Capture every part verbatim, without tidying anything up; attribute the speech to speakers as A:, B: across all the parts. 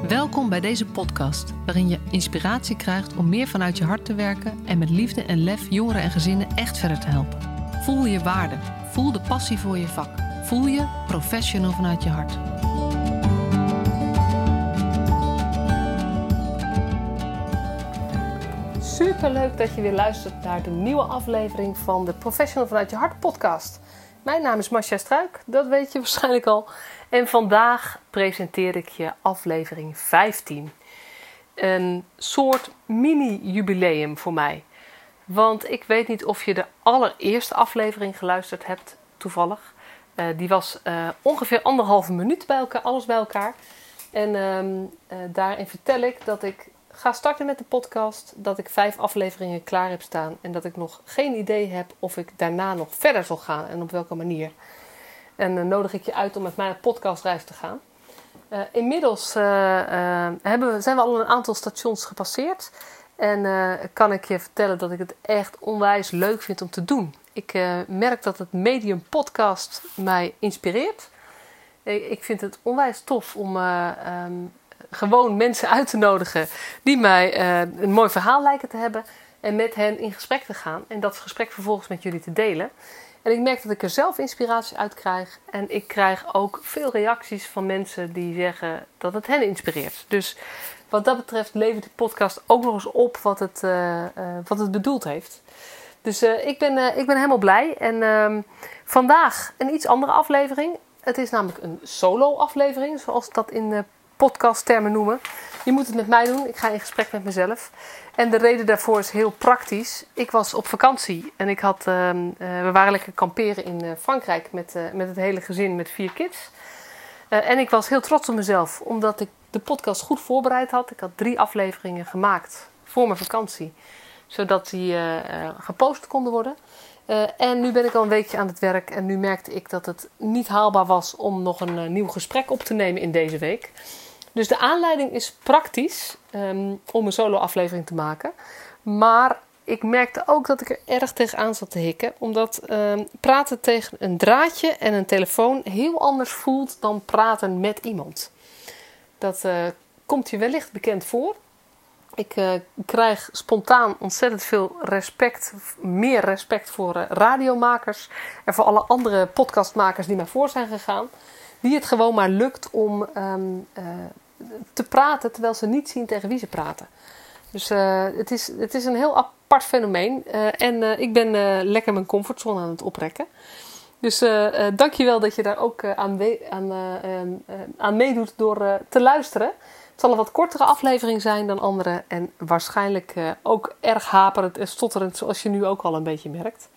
A: Welkom bij deze podcast, waarin je inspiratie krijgt om meer vanuit je hart te werken en met liefde en lef jongeren en gezinnen echt verder te helpen. Voel je waarde, voel de passie voor je vak, voel je professional vanuit je hart. Superleuk dat je weer luistert naar de nieuwe aflevering van de Professional vanuit je hart podcast. Mijn naam is Marcia Struik, dat weet je waarschijnlijk al. En vandaag presenteer ik je aflevering vijftien. Een soort mini-jubileum voor mij. Want ik weet niet of je de allereerste aflevering geluisterd hebt, toevallig. Uh, die was uh, ongeveer anderhalve minuut bij elkaar, alles bij elkaar. En um, uh, daarin vertel ik dat ik ga starten met de podcast. Dat ik vijf afleveringen klaar heb staan. En dat ik nog geen idee heb of ik daarna nog verder zal gaan en op welke manier. En dan nodig ik je uit om met mij op podcastreis te gaan. Uh, inmiddels uh, uh, hebben we, zijn we al een aantal stations gepasseerd. En uh, kan ik je vertellen dat ik het echt onwijs leuk vind om te doen. Ik uh, merk dat het medium podcast mij inspireert. Ik, ik vind het onwijs tof om uh, um, gewoon mensen uit te nodigen die mij uh, een mooi verhaal lijken te hebben. En met hen in gesprek te gaan. En dat gesprek vervolgens met jullie te delen. En ik merk dat ik er zelf inspiratie uit krijg. En ik krijg ook veel reacties van mensen die zeggen dat het hen inspireert. Dus wat dat betreft levert de podcast ook nog eens op wat het, uh, uh, wat het bedoeld heeft. Dus uh, ik, ben, uh, ik ben helemaal blij. En uh, vandaag een iets andere aflevering. Het is namelijk een solo aflevering, zoals we dat in de podcasttermen noemen. Je moet het met mij doen. Ik ga in gesprek met mezelf. En de reden daarvoor is heel praktisch. Ik was op vakantie en ik had, uh, uh, we waren lekker kamperen in uh, Frankrijk met, uh, met het hele gezin met vier kids. Uh, en ik was heel trots op mezelf, omdat ik de podcast goed voorbereid had. Ik had drie afleveringen gemaakt voor mijn vakantie, zodat die uh, uh, gepost konden worden. Uh, en nu ben ik al een weekje aan het werk en nu merkte ik dat het niet haalbaar was om nog een uh, nieuw gesprek op te nemen in deze week. Dus de aanleiding is praktisch um, om een solo-aflevering te maken. Maar ik merkte ook dat ik er erg tegenaan zat te hikken. Omdat um, praten tegen een draadje en een telefoon heel anders voelt dan praten met iemand. Dat uh, komt je wellicht bekend voor. Ik uh, krijg spontaan ontzettend veel respect, meer respect voor uh, radiomakers. En voor alle andere podcastmakers die mij voor zijn gegaan. Die het gewoon maar lukt om um, uh, te praten terwijl ze niet zien tegen wie ze praten. Dus uh, het, is, het is een heel apart fenomeen. Uh, en uh, ik ben uh, lekker mijn comfortzone aan het oprekken. Dus uh, uh, dankjewel dat je daar ook uh, aan, we- aan, uh, uh, aan meedoet door uh, te luisteren. Het zal een wat kortere aflevering zijn dan andere. En waarschijnlijk uh, ook erg haperend en stotterend, zoals je nu ook al een beetje merkt.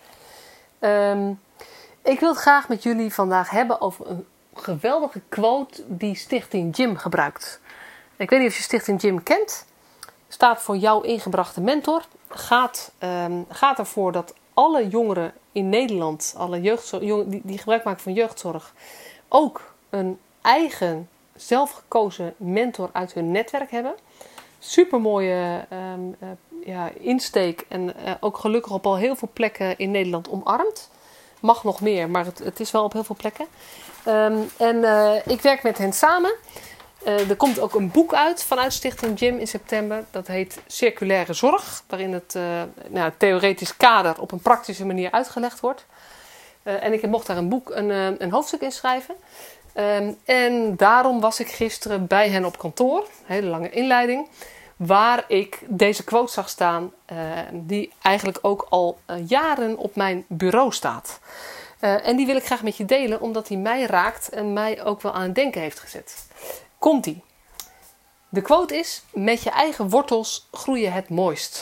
A: Um, ik wil het graag met jullie vandaag hebben over een geweldige quote die Stichting Jim gebruikt. Ik weet niet of je Stichting Jim kent. Staat voor jouw ingebrachte mentor. Gaat, um, gaat ervoor dat alle jongeren in Nederland, alle jeugdzorg, jong, die, die gebruik maken van jeugdzorg, ook een eigen zelfgekozen mentor uit hun netwerk hebben. Supermooie um, uh, ja, insteek en uh, ook gelukkig op al heel veel plekken in Nederland omarmd. Mag nog meer, maar het, het is wel op heel veel plekken. Um, en uh, ik werk met hen samen. Uh, er komt ook een boek uit vanuit Stichting Jim in september. Dat heet Circulaire Zorg. Waarin het uh, nou, theoretisch kader op een praktische manier uitgelegd wordt. Uh, en ik mocht daar een boek, een, uh, een hoofdstuk in schrijven. Um, en daarom was ik gisteren bij hen op kantoor. Een hele lange inleiding. Waar ik deze quote zag staan. Uh, die eigenlijk ook al uh, jaren op mijn bureau staat. Uh, en die wil ik graag met je delen. Omdat die mij raakt. En mij ook wel aan het denken heeft gezet. Komt-ie. De quote is: met je eigen wortels groei je het mooist.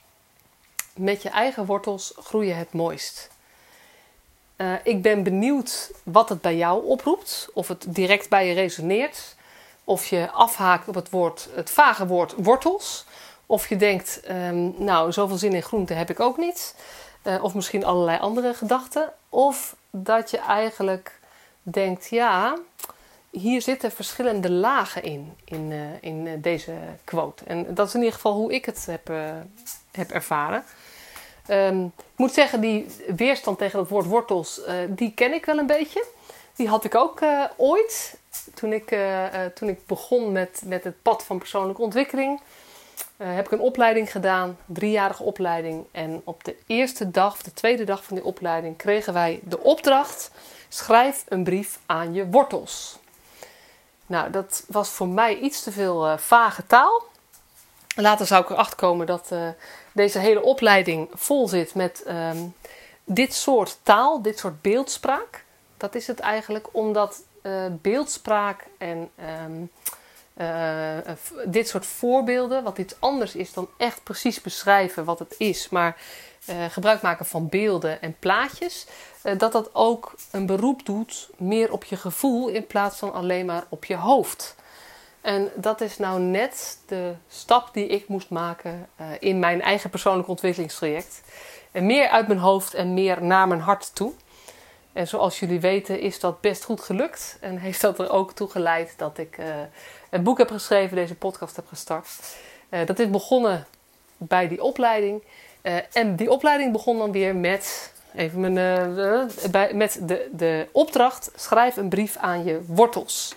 A: Met je eigen wortels groei je het mooist. Uh, ik ben benieuwd wat het bij jou oproept. Of het direct bij je resoneert. Of je afhaakt op het woord, het vage woord wortels. Of je denkt, um, nou, zoveel zin in groente heb ik ook niet. Uh, of misschien allerlei andere gedachten. Of dat je eigenlijk denkt, ja, hier zitten verschillende lagen in, in, uh, in uh, deze quote. En dat is in ieder geval hoe ik het heb, uh, heb ervaren. Um, ik moet zeggen, die weerstand tegen het woord wortels, uh, die ken ik wel een beetje. Die had ik ook uh, ooit. Toen ik, uh, uh, toen ik begon met, met het pad van persoonlijke ontwikkeling. Uh, heb ik een opleiding gedaan. Een driejarige opleiding. En op de eerste dag, of de tweede dag van die opleiding, kregen wij de opdracht: schrijf een brief aan je wortels. Nou, dat was voor mij iets te veel uh, vage taal. Later zou ik erachter komen dat uh, deze hele opleiding vol zit met um, dit soort taal, dit soort beeldspraak. Dat is het eigenlijk, omdat uh, beeldspraak en um, uh, uh, dit soort voorbeelden, wat iets anders is dan echt precies beschrijven wat het is, maar uh, gebruik maken van beelden en plaatjes, uh, dat dat ook een beroep doet meer op je gevoel in plaats van alleen maar op je hoofd. En dat is nou net de stap die ik moest maken uh, in mijn eigen persoonlijk ontwikkelingstraject. En meer uit mijn hoofd en meer naar mijn hart toe. En zoals jullie weten is dat best goed gelukt. En heeft dat er ook toe geleid dat ik uh, een boek heb geschreven, deze podcast heb gestart. Uh, dat is begonnen bij die opleiding. Uh, en die opleiding begon dan weer met, even mijn, uh, uh, bij, met de, de opdracht: schrijf een brief aan je wortels.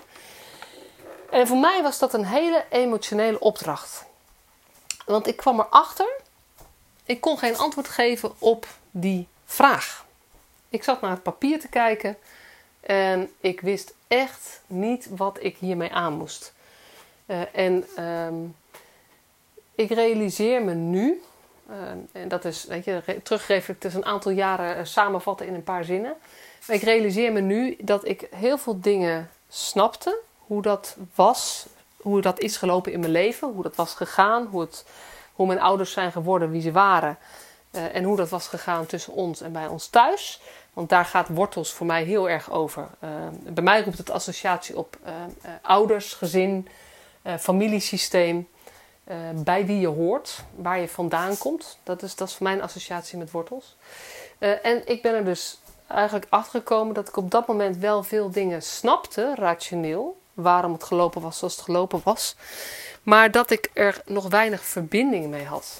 A: En voor mij was dat een hele emotionele opdracht. Want ik kwam erachter, ik kon geen antwoord geven op die vraag. Ik zat naar het papier te kijken en ik wist echt niet wat ik hiermee aan moest. Uh, en um, ik realiseer me nu, uh, en dat is, weet je, re- terugreflecteren, een aantal jaren uh, samenvatten in een paar zinnen. Maar ik realiseer me nu dat ik heel veel dingen snapte. Hoe dat was, hoe dat is gelopen in mijn leven, hoe dat was gegaan, hoe, het, hoe mijn ouders zijn geworden, wie ze waren. Uh, en hoe dat was gegaan tussen ons en bij ons thuis. Want daar gaat wortels voor mij heel erg over. Uh, bij mij roept het associatie op uh, uh, ouders, gezin, uh, familiesysteem. Uh, bij wie je hoort, waar je vandaan komt. Dat is, dat is voor mij een associatie met wortels. Uh, en ik ben er dus eigenlijk achter gekomen dat ik op dat moment wel veel dingen snapte, rationeel. Waarom het gelopen was zoals het gelopen was. Maar dat ik er nog weinig verbinding mee had.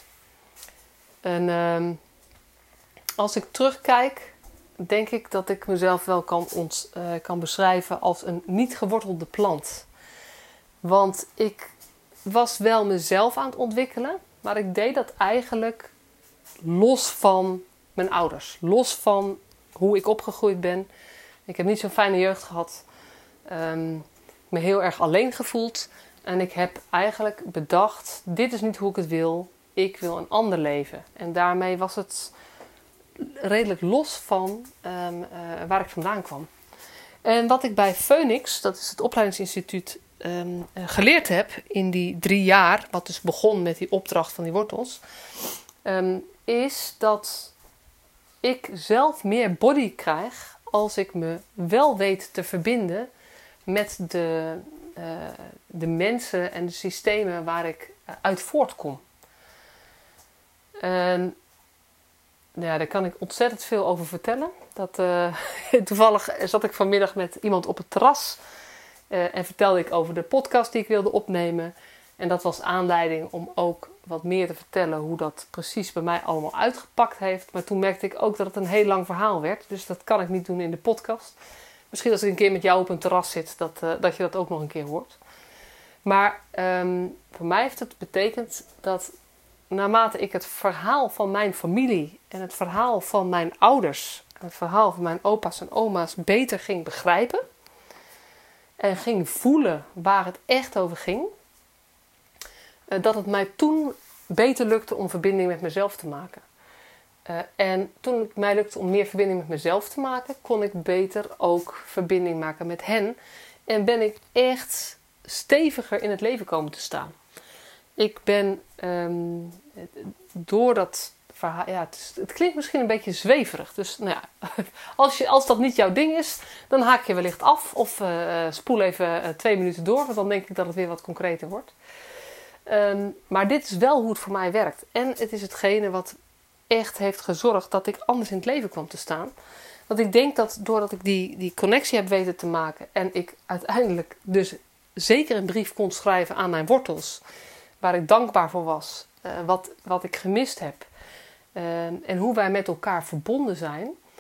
A: En uh, als ik terugkijk, denk ik dat ik mezelf wel kan, ont, uh, kan beschrijven als een niet gewortelde plant. Want ik was wel mezelf aan het ontwikkelen, maar ik deed dat eigenlijk los van mijn ouders. Los van hoe ik opgegroeid ben. Ik heb niet zo'n fijne jeugd gehad. Um, ik me heel erg alleen gevoeld. En ik heb eigenlijk bedacht, dit is niet hoe ik het wil. Ik wil een ander leven. En daarmee was het redelijk los van um, uh, waar ik vandaan kwam. En wat ik bij Phoenix, dat is het opleidingsinstituut, um, uh, geleerd heb in die drie jaar, wat dus begon met die opdracht van die wortels, um, is dat ik zelf meer body krijg als ik me wel weet te verbinden met de, uh, de mensen en de systemen waar ik uit voortkom. En ja, daar kan ik ontzettend veel over vertellen. Dat, uh, toevallig zat ik vanmiddag met iemand op het terras uh, en vertelde ik over de podcast die ik wilde opnemen. En dat was aanleiding om ook wat meer te vertellen hoe dat precies bij mij allemaal uitgepakt heeft. Maar toen merkte ik ook dat het een heel lang verhaal werd. Dus dat kan ik niet doen in de podcast. Misschien als ik een keer met jou op een terras zit, dat, uh, dat je dat ook nog een keer hoort. Maar um, voor mij heeft het betekend dat naarmate ik het verhaal van mijn familie en het verhaal van mijn ouders en het verhaal van mijn opa's en oma's beter ging begrijpen en ging voelen waar het echt over ging, dat het mij toen beter lukte om verbinding met mezelf te maken. Uh, en toen het mij lukte om meer verbinding met mezelf te maken, kon ik beter ook verbinding maken met hen. En ben ik echt steviger in het leven komen te staan. Ik ben um, door dat verhaal, ja, het, is, het klinkt misschien een beetje zweverig. Dus nou ja, als, je, als dat niet jouw ding is, dan haak je wellicht af of uh, spoel even uh, twee minuten door, want dan denk ik dat het weer wat concreter wordt. Um, maar dit is wel hoe het voor mij werkt. En het is hetgene wat echt heeft gezorgd dat ik anders in het leven kwam te staan. Want ik denk dat doordat ik die, die connectie heb weten te maken en ik uiteindelijk dus zeker een brief kon schrijven aan mijn wortels, waar ik dankbaar voor was, uh, wat, wat ik gemist heb uh, en hoe wij met elkaar verbonden zijn,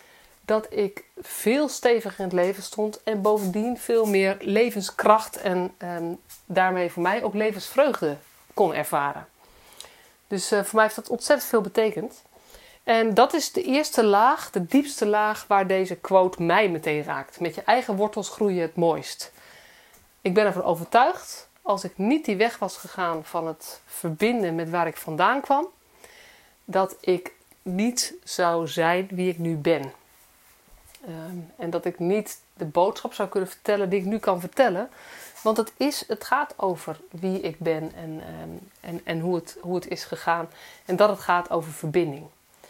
A: dat ik veel steviger in het leven stond en bovendien veel meer levenskracht en um, daarmee voor mij ook levensvreugde kon ervaren. Dus uh, voor mij heeft dat ontzettend veel betekend. En dat is de eerste laag, de diepste laag waar deze quote mij meteen raakt. Met je eigen wortels groeien het mooist. Ik ben ervan overtuigd, als ik niet die weg was gegaan van het verbinden met waar ik vandaan kwam, dat ik niet zou zijn wie ik nu ben. Um, en dat ik niet de boodschap zou kunnen vertellen die ik nu kan vertellen. Want het, is, het gaat over wie ik ben en, um, en, en hoe, het, hoe het is gegaan. En dat het gaat over verbinding.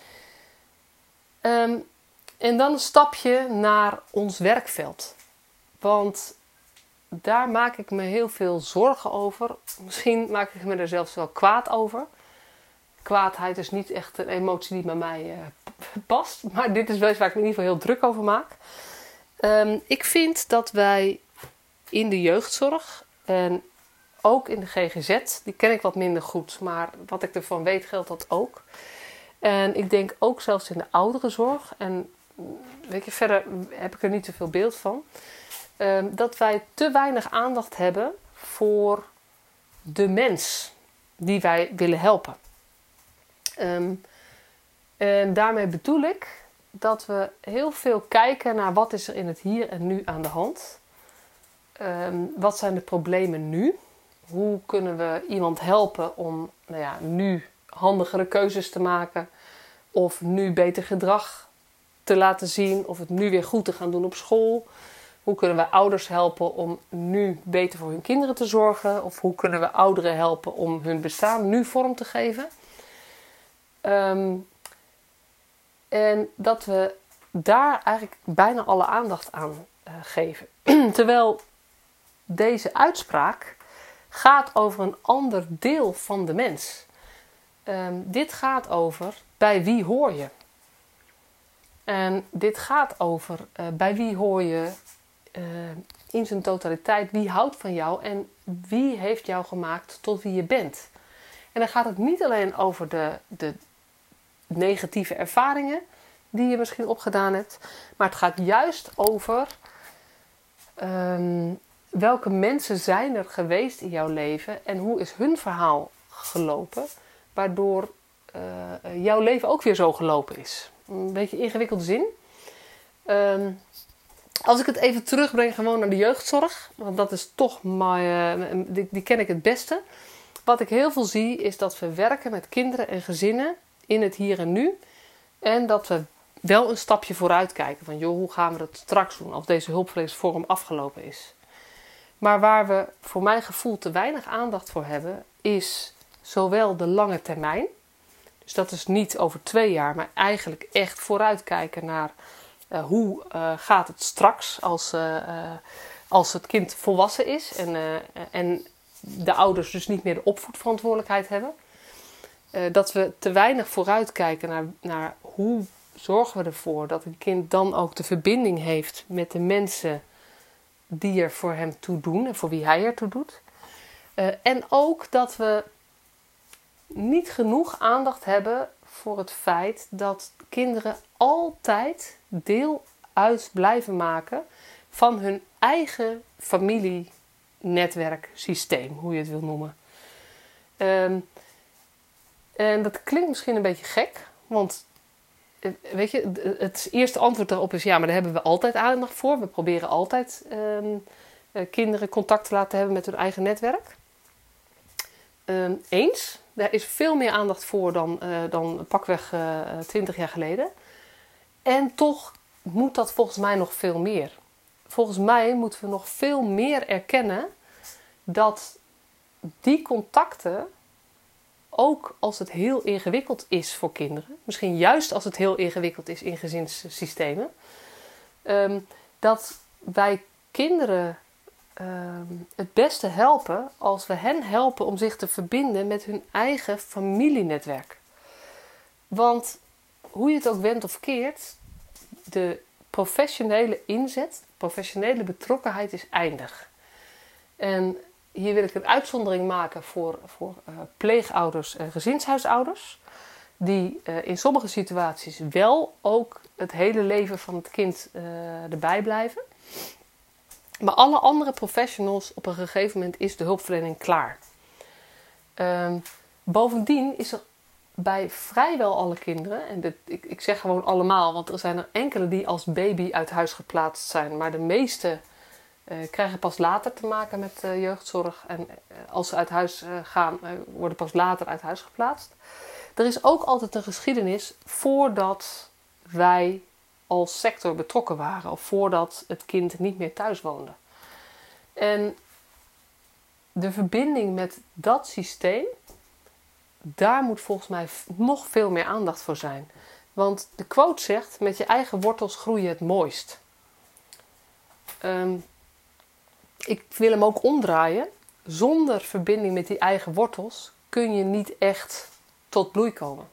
A: Um, en dan een stapje naar ons werkveld. Want daar maak ik me heel veel zorgen over. Misschien maak ik me er zelfs wel kwaad over. Kwaadheid is niet echt een emotie die bij mij uh, past. Maar dit is wel iets waar ik me in ieder geval heel druk over maak. Um, ik vind dat wij in de jeugdzorg en ook in de G G Z, die ken ik wat minder goed, maar wat ik ervan weet geldt dat ook. En ik denk ook zelfs in de ouderenzorg, en weet je, verder heb ik er niet zoveel beeld van, um, dat wij te weinig aandacht hebben voor de mens die wij willen helpen. Um, en daarmee bedoel ik dat we heel veel kijken naar wat is er in het hier en nu aan de hand. Um, wat zijn de problemen nu? Hoe kunnen we iemand helpen om nou ja, nu handigere keuzes te maken? Of nu beter gedrag te laten zien? Of het nu weer goed te gaan doen op school? Hoe kunnen we ouders helpen om nu beter voor hun kinderen te zorgen? Of hoe kunnen we ouderen helpen om hun bestaan nu vorm te geven? Um, en dat we daar eigenlijk bijna alle aandacht aan uh, geven. Terwijl deze uitspraak gaat over een ander deel van de mens. Um, dit gaat over bij wie hoor je. En dit gaat over uh, bij wie hoor je uh, in zijn totaliteit. Wie houdt van jou en wie heeft jou gemaakt tot wie je bent. En dan gaat het niet alleen over de, de negatieve ervaringen die je misschien opgedaan hebt. Maar het gaat juist over um, welke mensen zijn er geweest in jouw leven en hoe is hun verhaal gelopen, waardoor uh, jouw leven ook weer zo gelopen is. Een beetje ingewikkelde zin. Um, als ik het even terugbreng gewoon naar de jeugdzorg, want dat is toch mijn, uh, die, die ken ik het beste. Wat ik heel veel zie is dat we werken met kinderen en gezinnen in het hier en nu. En dat we wel een stapje vooruit kijken. Van joh, hoe gaan we dat straks doen als deze hulpverleningsvorm afgelopen is. Maar waar we voor mijn gevoel te weinig aandacht voor hebben, is zowel de lange termijn. Dus dat is niet over twee jaar, maar eigenlijk echt vooruitkijken naar uh, hoe uh, gaat het straks als, uh, uh, als het kind volwassen is. En, uh, en de ouders dus niet meer de opvoedverantwoordelijkheid hebben. Uh, dat we te weinig vooruitkijken naar, naar hoe zorgen we ervoor dat een kind dan ook de verbinding heeft met de mensen die er voor hem toe doen en voor wie hij er toe doet. Uh, en ook dat we niet genoeg aandacht hebben voor het feit dat kinderen altijd deel uit blijven maken van hun eigen familienetwerksysteem, hoe je het wil noemen. Um, en dat klinkt misschien een beetje gek, want weet je, het eerste antwoord daarop is ja, maar daar hebben we altijd aandacht voor. We proberen altijd um, kinderen contact te laten hebben met hun eigen netwerk. Um, eens. Daar is veel meer aandacht voor dan, uh, dan pakweg twintig uh, jaar geleden. En toch moet dat volgens mij nog veel meer. Volgens mij moeten we nog veel meer erkennen dat die contacten, ook als het heel ingewikkeld is voor kinderen, misschien juist als het heel ingewikkeld is in gezinssystemen, um, dat wij kinderen um, het beste helpen als we hen helpen om zich te verbinden met hun eigen familienetwerk. Want hoe je het ook wendt of keert, de professionele inzet, professionele betrokkenheid is eindig. En hier wil ik een uitzondering maken voor, voor uh, pleegouders en gezinshuisouders. die uh, in sommige situaties wel ook het hele leven van het kind uh, erbij blijven. Maar alle andere professionals, op een gegeven moment is de hulpverlening klaar. Um, bovendien is er bij vrijwel alle kinderen, en dit, ik, ik zeg gewoon allemaal, want er zijn er enkele die als baby uit huis geplaatst zijn. Maar de meeste uh, krijgen pas later te maken met uh, jeugdzorg. En uh, als ze uit huis uh, gaan, uh, worden pas later uit huis geplaatst. Er is ook altijd een geschiedenis voordat wij als sector betrokken waren. Of voordat het kind niet meer thuis woonde. En de verbinding met dat systeem, daar moet volgens mij nog veel meer aandacht voor zijn. Want de quote zegt, met je eigen wortels groei je het mooist. Um, ik wil hem ook omdraaien. Zonder verbinding met die eigen wortels kun je niet echt tot bloei komen.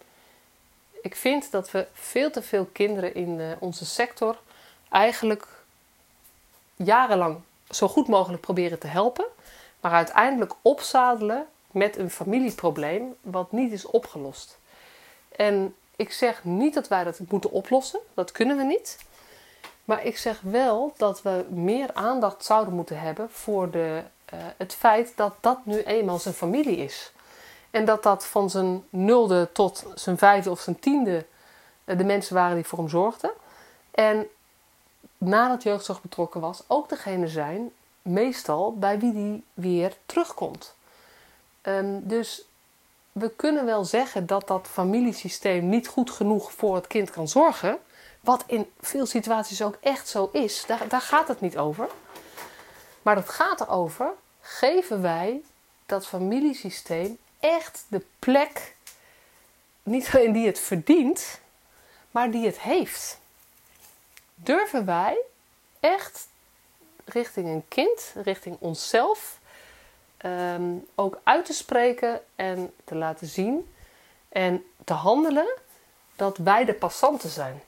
A: Ik vind dat we veel te veel kinderen in uh, onze sector eigenlijk jarenlang zo goed mogelijk proberen te helpen, maar uiteindelijk opzadelen met een familieprobleem wat niet is opgelost. En ik zeg niet dat wij dat moeten oplossen, dat kunnen we niet. Maar ik zeg wel dat we meer aandacht zouden moeten hebben voor de, uh, het feit dat dat nu eenmaal zijn familie is. En dat dat van zijn nulde tot zijn vijfde of zijn tiende uh, de mensen waren die voor hem zorgden. En nadat jeugdzorg betrokken was, ook degene zijn meestal bij wie die weer terugkomt. Um, dus we kunnen wel zeggen dat dat familiesysteem niet goed genoeg voor het kind kan zorgen. Wat in veel situaties ook echt zo is. Daar, daar gaat het niet over. Maar het gaat erover, geven wij dat familiesysteem echt de plek, niet alleen die het verdient, maar die het heeft. Durven wij echt richting een kind, richting onszelf, um, ook uit te spreken en te laten zien en te handelen dat wij de passanten zijn.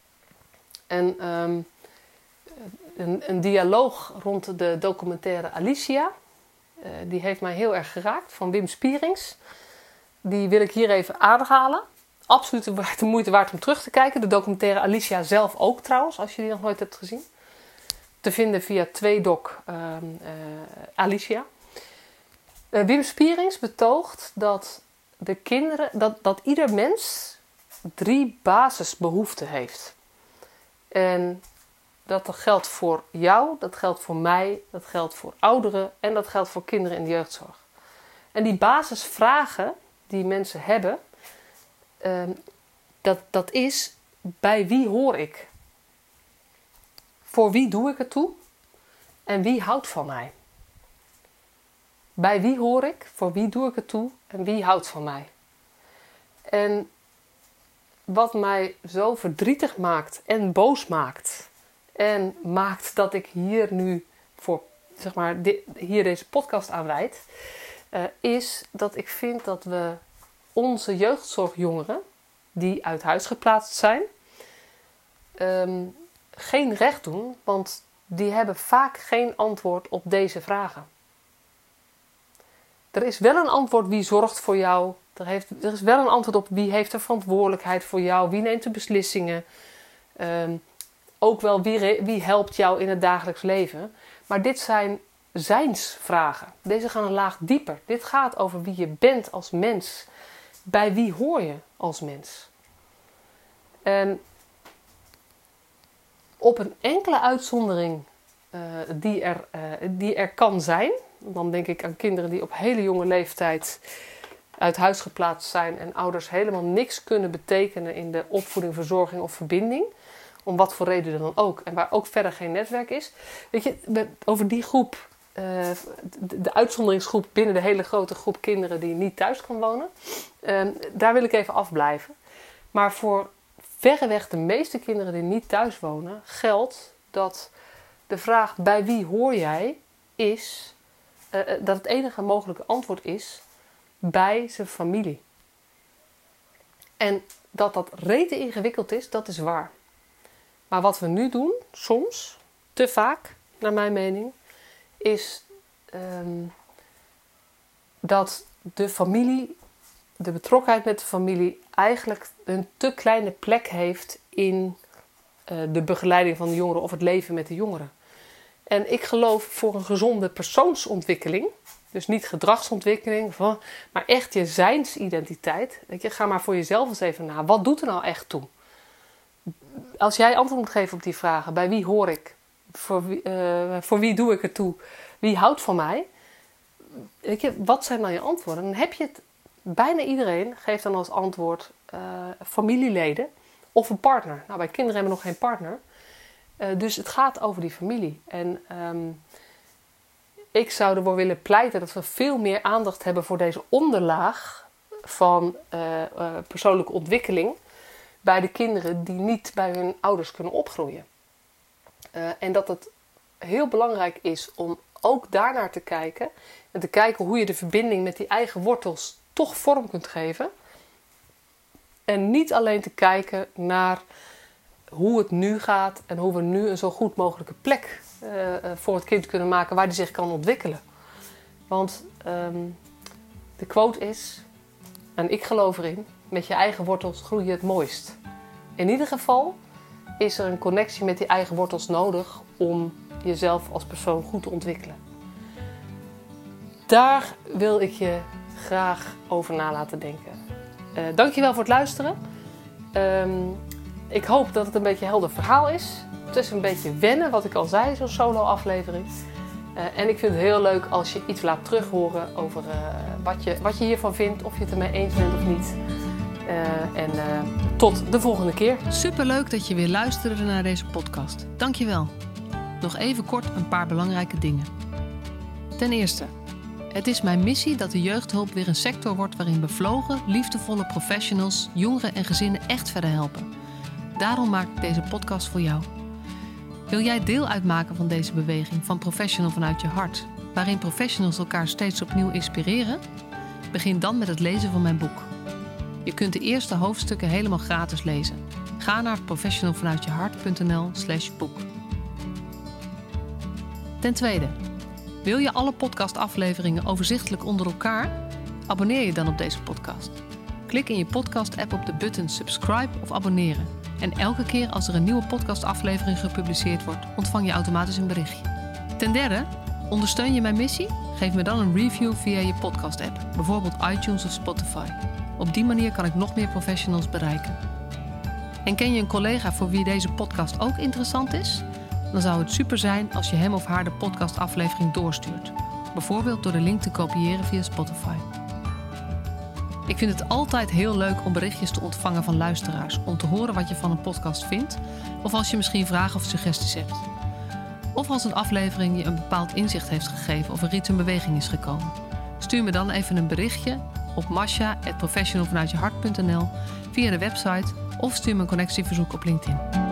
A: En um, een, een dialoog rond de documentaire Alicia, uh, die heeft mij heel erg geraakt, van Wim Spierings. Die wil ik hier even aanhalen. Absoluut de moeite waard om terug te kijken. De documentaire Alicia zelf ook trouwens, als je die nog nooit hebt gezien. Te vinden via Tweedoc uh, uh, Alicia. Uh, Wim Spierings betoogt dat de kinderen, dat, dat ieder mens drie basisbehoeften heeft. En dat dat geldt voor jou, dat geldt voor mij, dat geldt voor ouderen en dat geldt voor kinderen in de jeugdzorg. En die basisvragen die mensen hebben, uh, dat, dat is, bij wie hoor ik? Voor wie doe ik het toe? En wie houdt van mij? Bij wie hoor ik? Voor wie doe ik het toe? En wie houdt van mij? En wat mij zo verdrietig maakt en boos maakt, en maakt dat ik hier nu voor, zeg maar, di- hier deze podcast aan wijd, uh, is dat ik vind dat we onze jeugdzorgjongeren, die uit huis geplaatst zijn, um, geen recht doen, want die hebben vaak geen antwoord op deze vragen. Er is wel een antwoord wie zorgt voor jou. Er, heeft, er is wel een antwoord op wie heeft de verantwoordelijkheid voor jou. Wie neemt de beslissingen. Um, ook wel wie, wie helpt jou in het dagelijks leven. Maar dit zijn zijnsvragen. Deze gaan een laag dieper. Dit gaat over wie je bent als mens. Bij wie hoor je als mens? En op een enkele uitzondering uh, die, er, uh, die er kan zijn. Dan denk ik aan kinderen die op hele jonge leeftijd uit huis geplaatst zijn en ouders helemaal niks kunnen betekenen in de opvoeding, verzorging of verbinding. Om wat voor reden dan ook. En waar ook verder geen netwerk is. Weet je, over die groep, uh, de uitzonderingsgroep binnen de hele grote groep kinderen die niet thuis kan wonen. Uh, daar wil ik even afblijven. Maar voor verreweg de meeste kinderen die niet thuis wonen, geldt dat de vraag bij wie hoor jij is, uh, dat het enige mogelijke antwoord is bij zijn familie. En dat dat rete ingewikkeld is, dat is waar. Maar wat we nu doen, soms, te vaak, naar mijn mening, is um, dat de familie de betrokkenheid met de familie eigenlijk een te kleine plek heeft in uh, de begeleiding van de jongeren of het leven met de jongeren. En ik geloof voor een gezonde persoonsontwikkeling, dus niet gedragsontwikkeling, maar echt je zijnsidentiteit. Weet je, ga maar voor jezelf eens even na. Wat doet er nou echt toe? Als jij antwoord moet geven op die vragen, bij wie hoor ik? Voor wie, uh, voor wie doe ik het toe? Wie houdt van mij? Weet je, wat zijn dan je antwoorden? Dan heb je het, bijna iedereen geeft dan als antwoord uh, familieleden of een partner. Nou, bij kinderen hebben we nog geen partner. Uh, dus het gaat over die familie. En um, ik zou ervoor willen pleiten dat we veel meer aandacht hebben voor deze onderlaag van uh, uh, persoonlijke ontwikkeling bij de kinderen die niet bij hun ouders kunnen opgroeien. Uh, en dat het heel belangrijk is om ook daarnaar te kijken en te kijken hoe je de verbinding met die eigen wortels toch vorm kunt geven. En niet alleen te kijken naar hoe het nu gaat en hoe we nu een zo goed mogelijke plek uh, voor het kind kunnen maken waar die zich kan ontwikkelen. Want um, de quote is, en ik geloof erin, met je eigen wortels groei je het mooist. In ieder geval is er een connectie met die eigen wortels nodig om jezelf als persoon goed te ontwikkelen. Daar wil ik je graag over na laten denken. Uh, dankjewel voor het luisteren. Um, ik hoop dat het een beetje een helder verhaal is. Het is een beetje wennen, wat ik al zei, zo'n solo-aflevering. Uh, en ik vind het heel leuk als je iets laat terughoren over uh, wat, je, wat je hiervan vindt, of je het ermee eens bent of niet. Uh, en uh, tot de volgende keer.
B: Superleuk dat je weer luisterde naar deze podcast. Dankjewel. Nog even kort een paar belangrijke dingen. Ten eerste, het is mijn missie dat de jeugdhulp weer een sector wordt waarin bevlogen, liefdevolle professionals jongeren en gezinnen echt verder helpen. Daarom maak ik deze podcast voor jou. Wil jij deel uitmaken van deze beweging van Professional vanuit je hart, waarin professionals elkaar steeds opnieuw inspireren? Begin dan met het lezen van mijn boek. Je kunt de eerste hoofdstukken helemaal gratis lezen. Ga naar professionalvanuitjehart.nl slash boek. Ten tweede, wil je alle podcastafleveringen overzichtelijk onder elkaar? Abonneer je dan op deze podcast. Klik in je podcast-app op de button subscribe of abonneren. En elke keer als er een nieuwe podcastaflevering gepubliceerd wordt, ontvang je automatisch een berichtje. Ten derde, ondersteun je mijn missie? Geef me dan een review via je podcast-app, bijvoorbeeld iTunes of Spotify. Op die manier kan ik nog meer professionals bereiken. En ken je een collega voor wie deze podcast ook interessant is? Dan zou het super zijn als je hem of haar de podcastaflevering doorstuurt. Bijvoorbeeld door de link te kopiëren via Spotify. Ik vind het altijd heel leuk om berichtjes te ontvangen van luisteraars, om te horen wat je van een podcast vindt, of als je misschien vragen of suggesties hebt. Of als een aflevering je een bepaald inzicht heeft gegeven of er iets in beweging is gekomen. Stuur me dan even een berichtje op masha at professionalvanuitjehart punt n l via de website of stuur me een connectieverzoek op LinkedIn.